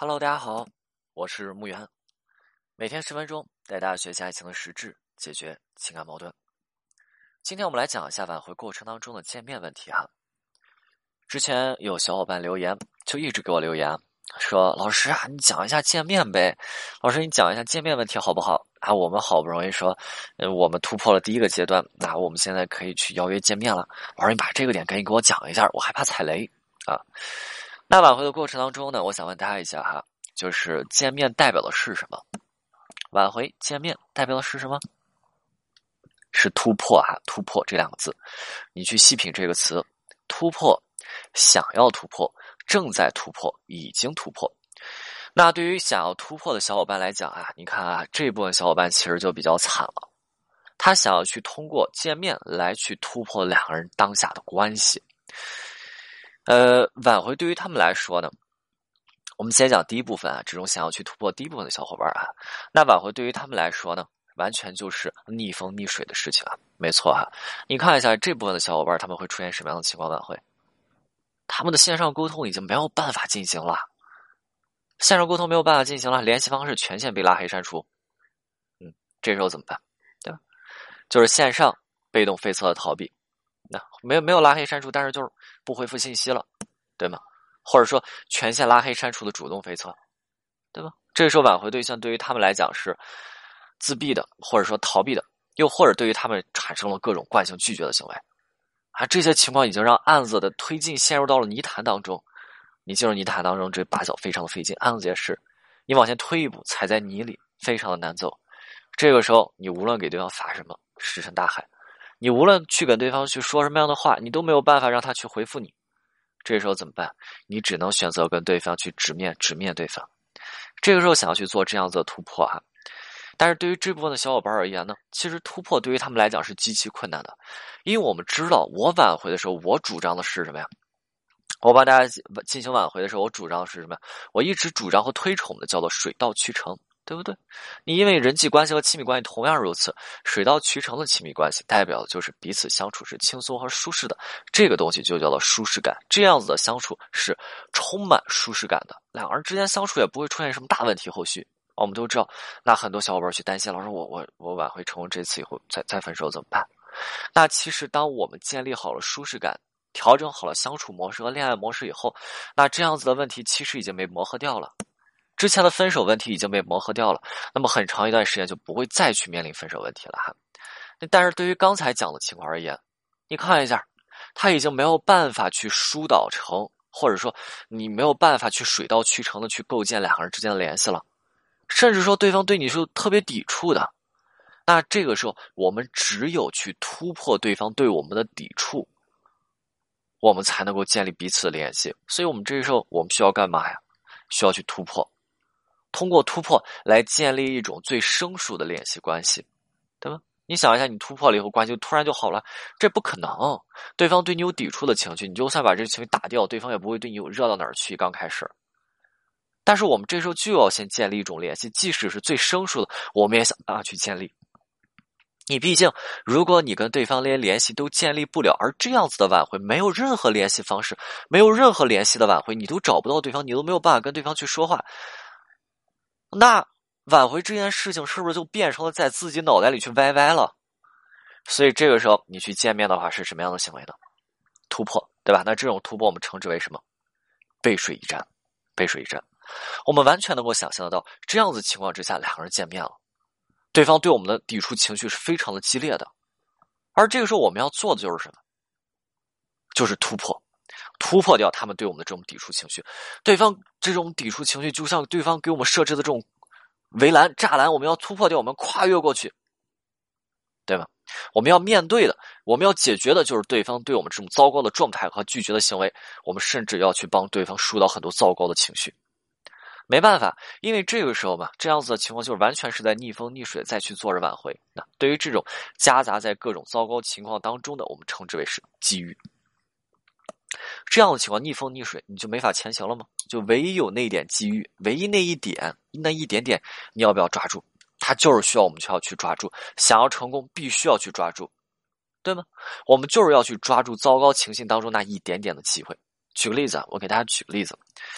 Hello，大家好，我是木源，每天10分钟带大家学习爱情的实质，解决情感矛盾。今天我们来讲一下挽回过程当中的见面问题哈。之前有小伙伴留言，就一直给我留言说：“老师啊，你讲一下见面呗，老师你讲一下见面问题好不好？啊，我们好不容易说，我们突破了第一个阶段，那我们现在可以去邀约见面了。老师你把这个点赶紧给我讲一下，我害怕踩雷啊。”那挽回的过程当中呢，我想问大家一下哈，就是见面代表的是什么？挽回见面代表的是什么？是突破哈，突破这两个字，你去细品这个词，突破，想要突破，正在突破，已经突破。那对于想要突破的小伙伴来讲啊，你看啊，这部分小伙伴其实就比较惨了，他想要去通过见面来去突破两个人当下的关系。挽回对于他们来说呢，我们先讲第一部分啊，这种想要去突破第一部分的小伙伴啊，那挽回对于他们来说呢，完全就是逆风逆水的事情啊，没错哈。你看一下这部分的小伙伴，他们会出现什么样的情况挽回？他们的线上沟通已经没有办法进行了，线上沟通没有办法进行了，联系方式全线被拉黑删除，这时候怎么办？对吧？就是线上被动费测的逃避，那没有拉黑删除，但是就是不回复信息了，对吗？或者说全线拉黑删除的主动费测，对吧？这个时候挽回对象对于他们来讲是自闭的，或者说逃避的，又或者对于他们产生了各种惯性拒绝的行为啊，这些情况已经让案子的推进陷入到了泥潭当中。你进入泥潭当中，这把脚非常的费劲，案子也是，你往前推一步，踩在泥里，非常的难走。这个时候，你无论给对方发什么，石沉大海；你无论去跟对方去说什么样的话，你都没有办法让他去回复你。这时候怎么办？你只能选择跟对方去直面对方。这个时候想要去做这样子的突破哈，但是对于这部分的小伙伴而言呢，其实突破对于他们来讲是极其困难的，因为我们知道，我挽回的时候，我主张的是什么呀？我帮大家进行挽回的时候，我主张的是什么？我一直主张和推崇的叫做水到渠成，对不对？你因为人际关系和亲密关系同样如此，水到渠成的亲密关系代表的就是彼此相处是轻松和舒适的，这个东西就叫做舒适感。这样子的相处是充满舒适感的，两个人之间相处也不会出现什么大问题。后续我们都知道，那很多小伙伴去担心，老师我挽回成功这次以后再分手怎么办？那其实当我们建立好了舒适感，调整好了相处模式和恋爱模式以后，那这样子的问题其实已经被磨合掉了，之前的分手问题已经被磨合掉了，那么很长一段时间就不会再去面临分手问题了哈。但是对于刚才讲的情况而言，你看一下，他已经没有办法去疏导成，或者说你没有办法去水到渠成的去构建两个人之间的联系了，甚至说对方对你是特别抵触的，那这个时候我们只有去突破对方对我们的抵触，我们才能够建立彼此的联系。所以我们这个时候我们需要干嘛呀？需要去突破，通过突破来建立一种最生疏的联系关系，对吧？你想一下，你突破了以后关系突然就好了，这不可能。对方对你有抵触的情绪，你就算把这个情绪打掉，对方也不会对你有热到哪儿去，刚开始。但是我们这时候就要先建立一种联系，即使是最生疏的，我们也想办法去建立。你毕竟，如果你跟对方连联系都建立不了，而这样子的挽回，没有任何联系方式，没有任何联系的挽回，你都找不到对方，你都没有办法跟对方去说话，那挽回这件事情是不是就变成了在自己脑袋里去歪歪了？所以这个时候你去见面的话是什么样的行为呢？突破，对吧？那这种突破我们称之为什么？背水一战，背水一战。我们完全能够想象得到，这样子情况之下，两个人见面了，对方对我们的抵触情绪是非常的激烈的，而这个时候我们要做的就是什么？就是突破，突破掉他们对我们的这种抵触情绪。对方这种抵触情绪就像对方给我们设置的这种围栏栅栏，我们要突破掉，我们跨越过去，对吧？我们要面对的，我们要解决的就是对方对我们这种糟糕的状态和拒绝的行为，我们甚至要去帮对方疏导很多糟糕的情绪。没办法，因为这个时候嘛，这样子的情况就是完全是在逆风逆水再去做着挽回。那对于这种夹杂在各种糟糕情况当中的，我们称之为是机遇。这样的情况逆风逆水，你就没法前行了吗？就唯一有那一点机遇，唯一那一点，那一点点，你要不要抓住？它就是需要我们要去抓住，想要成功必须要去抓住，对吗？我们就是要去抓住糟糕情形当中那一点点的机会。举个例子啊，我给大家举个例子，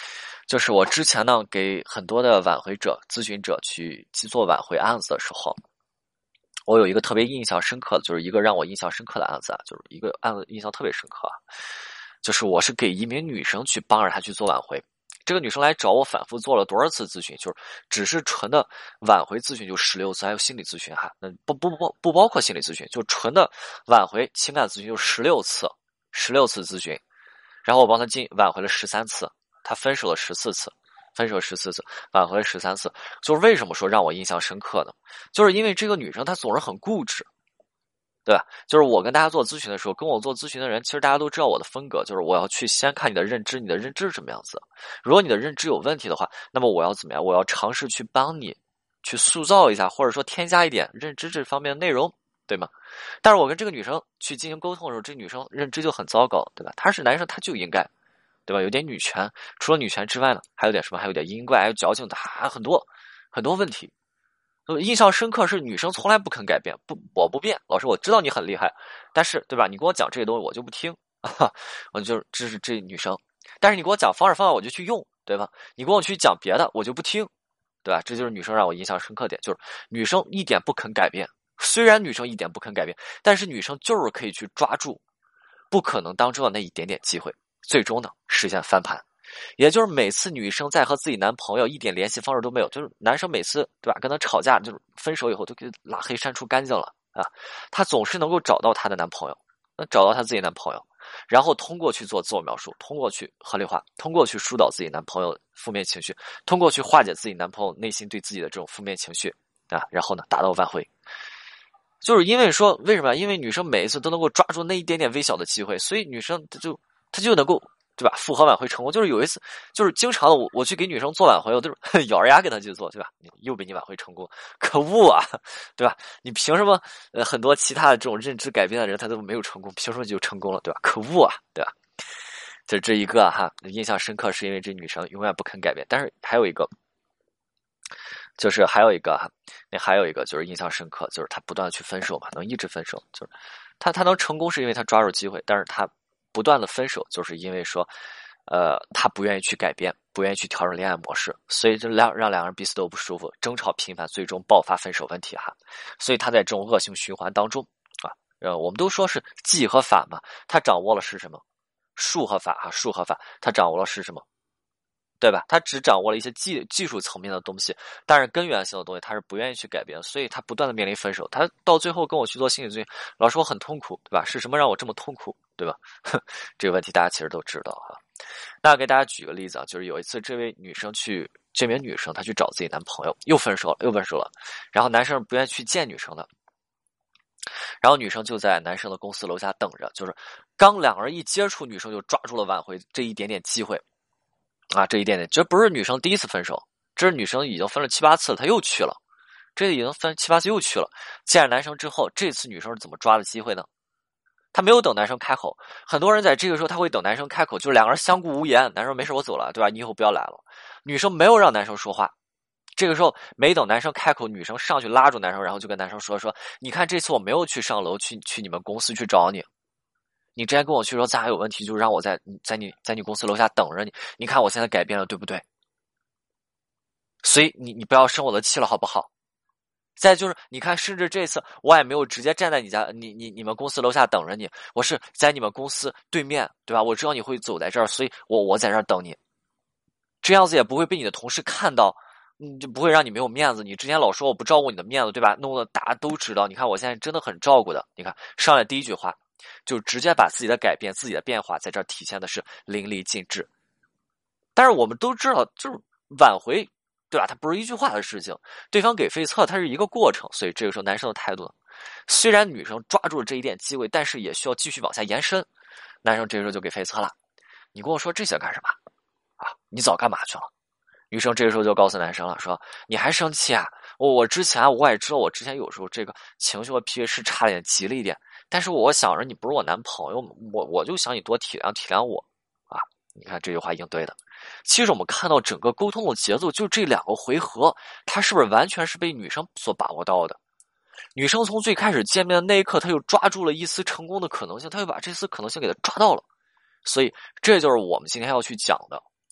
就是我之前呢给很多的挽回者、咨询者去做挽回案子的时候，我有一个特别印象深刻的，就是一个让我印象深刻的案子啊，就是一个案子印象特别深刻啊，就是我是给一名女生去帮着她去做挽回。这个女生来找我反复做了多少次咨询，就是只是纯的挽回咨询就16次，还有心理咨询哈，不包括心理咨询，就纯的挽回情感咨询就16次咨询，然后我帮她挽回了13次，她分手了14次，挽回了13次。就是为什么说让我印象深刻呢？就是因为这个女生她总是很固执，对吧？就是我跟大家做咨询的时候，跟我做咨询的人，其实大家都知道我的风格，就是我要去先看你的认知，你的认知是什么样子。如果你的认知有问题的话，那么我要怎么样？我要尝试去帮你去塑造一下，或者说添加一点认知这方面的内容，对吗？但是我跟这个女生去进行沟通的时候，这女生认知就很糟糕，对吧？她是男生，她就应该，对吧？有点女权，除了女权之外呢，还有点什么？还有点阴怪，还有矫情的，还很多很多问题。印象深刻是女生从来不肯改变，我不变。老师，我知道你很厉害，但是对吧？你跟我讲这些东西我就不听啊，我就这是这女生。但是你给我讲方式方法我就去用，对吧？你跟我去讲别的我就不听，对吧？这就是女生让我印象深刻点，就是女生一点不肯改变。虽然女生一点不肯改变，但是女生就是可以去抓住不可能当中的那一点点机会，最终呢实现翻盘。也就是每次女生在和自己男朋友一点联系方式都没有，就是男生每次对吧跟她吵架，就是分手以后都给拉黑删除干净了啊，她总是能够找到她的男朋友，找到她自己男朋友，然后通过去做自我描述，通过去合理化，通过去疏导自己男朋友负面情绪，通过去化解自己男朋友内心对自己的这种负面情绪啊，然后呢达到挽回。就是因为说为什么？因为女生每一次都能够抓住那一点点微小的机会，所以女生她就能够对吧？复合挽回成功。就是有一次，就是经常的我去给女生做挽回，我都是咬着牙给她去做，对吧？又被你挽回成功，可恶啊，对吧？你凭什么？很多其他的这种认知改变的人他都没有成功，凭什么就成功了，对吧？可恶啊，对吧？就这一个哈，印象深刻是因为这女生永远不肯改变。但是还有一个。就是还有一个哈，那还有一个就是印象深刻，就是他不断的去分手嘛，能一直分手，就是他能成功是因为他抓住机会，但是他不断的分手，就是因为说，他不愿意去改变，不愿意去调整恋爱模式，所以就让两个人彼此都不舒服，争吵频繁，最终爆发分手问题哈。所以他在这种恶性循环当中啊，我们都说是技和法嘛，他掌握了是什么？术和法啊，术和法，他掌握了是什么？对吧？他只掌握了一些技术层面的东西，但是根源性的东西他是不愿意去改变，所以他不断的面临分手。他到最后跟我去做心理咨询，老师我很痛苦，对吧？是什么让我这么痛苦，对吧？这个问题大家其实都知道哈。那给大家举个例子啊，就是有一次这名女生她去找自己男朋友，又分手了，然后男生不愿意去见女生的，然后女生就在男生的公司楼下等着，就是刚两个人一接触，女生就抓住了挽回这一点点机会。啊，这一点点，这不是女生第一次分手，这是女生已经分了7、8次了，她又去了，这已经分7、8次又去了。见着男生之后，这次女生是怎么抓的机会呢？她没有等男生开口，很多人在这个时候他会等男生开口，就是两个人相顾无言，男生没事我走了，对吧？你以后不要来了。女生没有让男生说话，这个时候没等男生开口，女生上去拉住男生，然后就跟男生说，你看这次我没有去上楼去你们公司去找你。你之前跟我去说咱俩有问题，就让我在你公司楼下等着你。你看我现在改变了，对不对？所以你不要生我的气了，好不好？再就是你看，甚至这次我也没有直接站在你们公司楼下等着你，我是在你们公司对面，对吧？我知道你会走在这儿，所以我在这儿等你。这样子也不会被你的同事看到，就不会让你没有面子。你之前老说我不照顾你的面子，对吧？弄得大家都知道。你看我现在真的很照顾的。你看上来第一句话。就直接把自己的改变、自己的变化在这儿体现的是淋漓尽致。但是我们都知道，就是挽回，对吧？它不是一句话的事情，对方给飞策，它是一个过程。所以这个时候男生的态度，虽然女生抓住了这一点机会，但是也需要继续往下延伸。男生这个时候就给飞策了，你跟我说这些干什么啊？你早干嘛去了？女生这个时候就告诉男生了，说你还生气啊？我之前我也知道，我之前有时候这个情绪和脾气是差点急了一点，但是我想着你不是我男朋友，我就想你多体谅我啊！你看这句话应对的。其实我们看到整个沟通的节奏，就这2个回合，他是不是完全是被女生所把握到的？女生从最开始见面的那一刻，她就抓住了一丝成功的可能性，她就把这丝可能性给她抓到了。所以这就是我们今天要去讲的。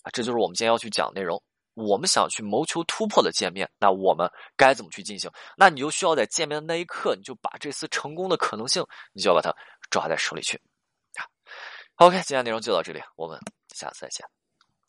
啊，这就是我们今天要去讲的内容。我们想去谋求突破的见面，那我们该怎么去进行？那你就需要在见面的那一刻，你就把这次成功的可能性，你就要把它抓在手里去。OK，今天内容就到这里，我们下次再见。